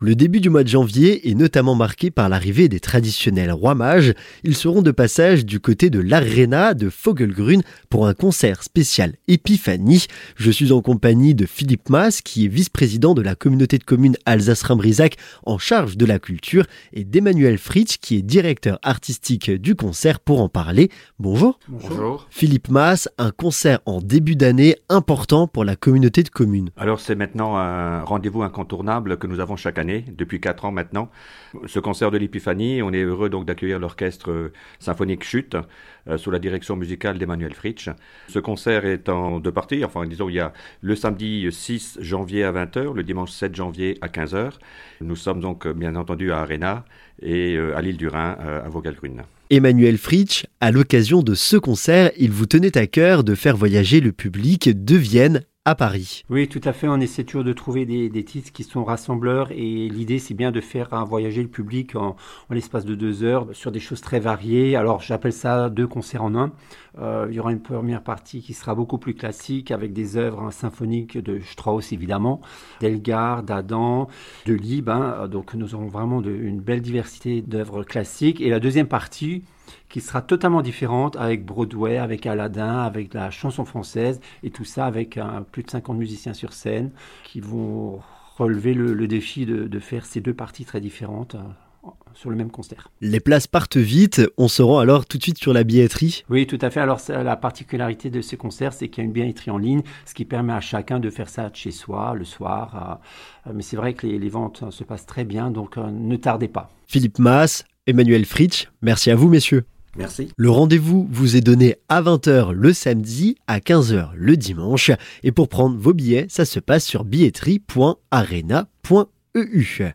Le début du mois de janvier est notamment marqué par l'arrivée des traditionnels rois mages. Ils seront de passage du côté de l'Arena de Vogelgrün pour un concert spécial Épiphanie. Je suis en compagnie de Philippe Maas, qui est vice-président de la communauté de communes Alsace-Rhin-Brisach en charge de la culture, et d'Emmanuel Fritsch, qui est directeur artistique du concert, pour en parler. Bonjour. Bonjour. Philippe Maas, un concert en début d'année important pour la communauté de communes. Alors c'est maintenant un rendez-vous incontournable que nous avons chaque année, depuis 4 ans maintenant. Ce concert de l'Épiphanie, on est heureux donc d'accueillir l'orchestre symphonique Chute sous la direction musicale d'Emmanuel Fritsch. Ce concert est en 2 parties, enfin disons il y a le samedi 6 janvier à 20h, le dimanche 7 janvier à 15h. Nous sommes donc bien entendu à Arena et à l'île du Rhin à Vogelgrün. Emmanuel Fritsch, à l'occasion de ce concert, il vous tenait à cœur de faire voyager le public de Vienne à Paris. Oui, tout à fait. On essaie toujours de trouver des titres qui sont rassembleurs, et l'idée, c'est bien de faire voyager le public en l'espace de 2 heures sur des choses très variées. Alors, j'appelle ça 2 concerts en un. Il y aura une première partie qui sera beaucoup plus classique avec des œuvres symphoniques de Strauss, évidemment, d'Elgar, d'Adam, de Lieb. Donc, nous aurons vraiment une belle diversité d'œuvres classiques. Et la deuxième partie, qui sera totalement différente, avec Broadway, avec Aladdin, avec la chanson française, et tout ça avec plus de 50 musiciens sur scène qui vont relever le défi de faire ces 2 parties très différentes sur le même concert. Les places partent vite, on se rend alors tout de suite sur la billetterie. Oui, tout à fait. Alors la particularité de ces concerts, c'est qu'il y a une billetterie en ligne, ce qui permet à chacun de faire ça de chez soi, le soir. Mais c'est vrai que les ventes se passent très bien, donc ne tardez pas. Philippe Maas, Emmanuel Fritsch, merci à vous messieurs. Merci. Le rendez-vous vous est donné à 20h le samedi, à 15h le dimanche. Et pour prendre vos billets, ça se passe sur billetterie.arena.eu.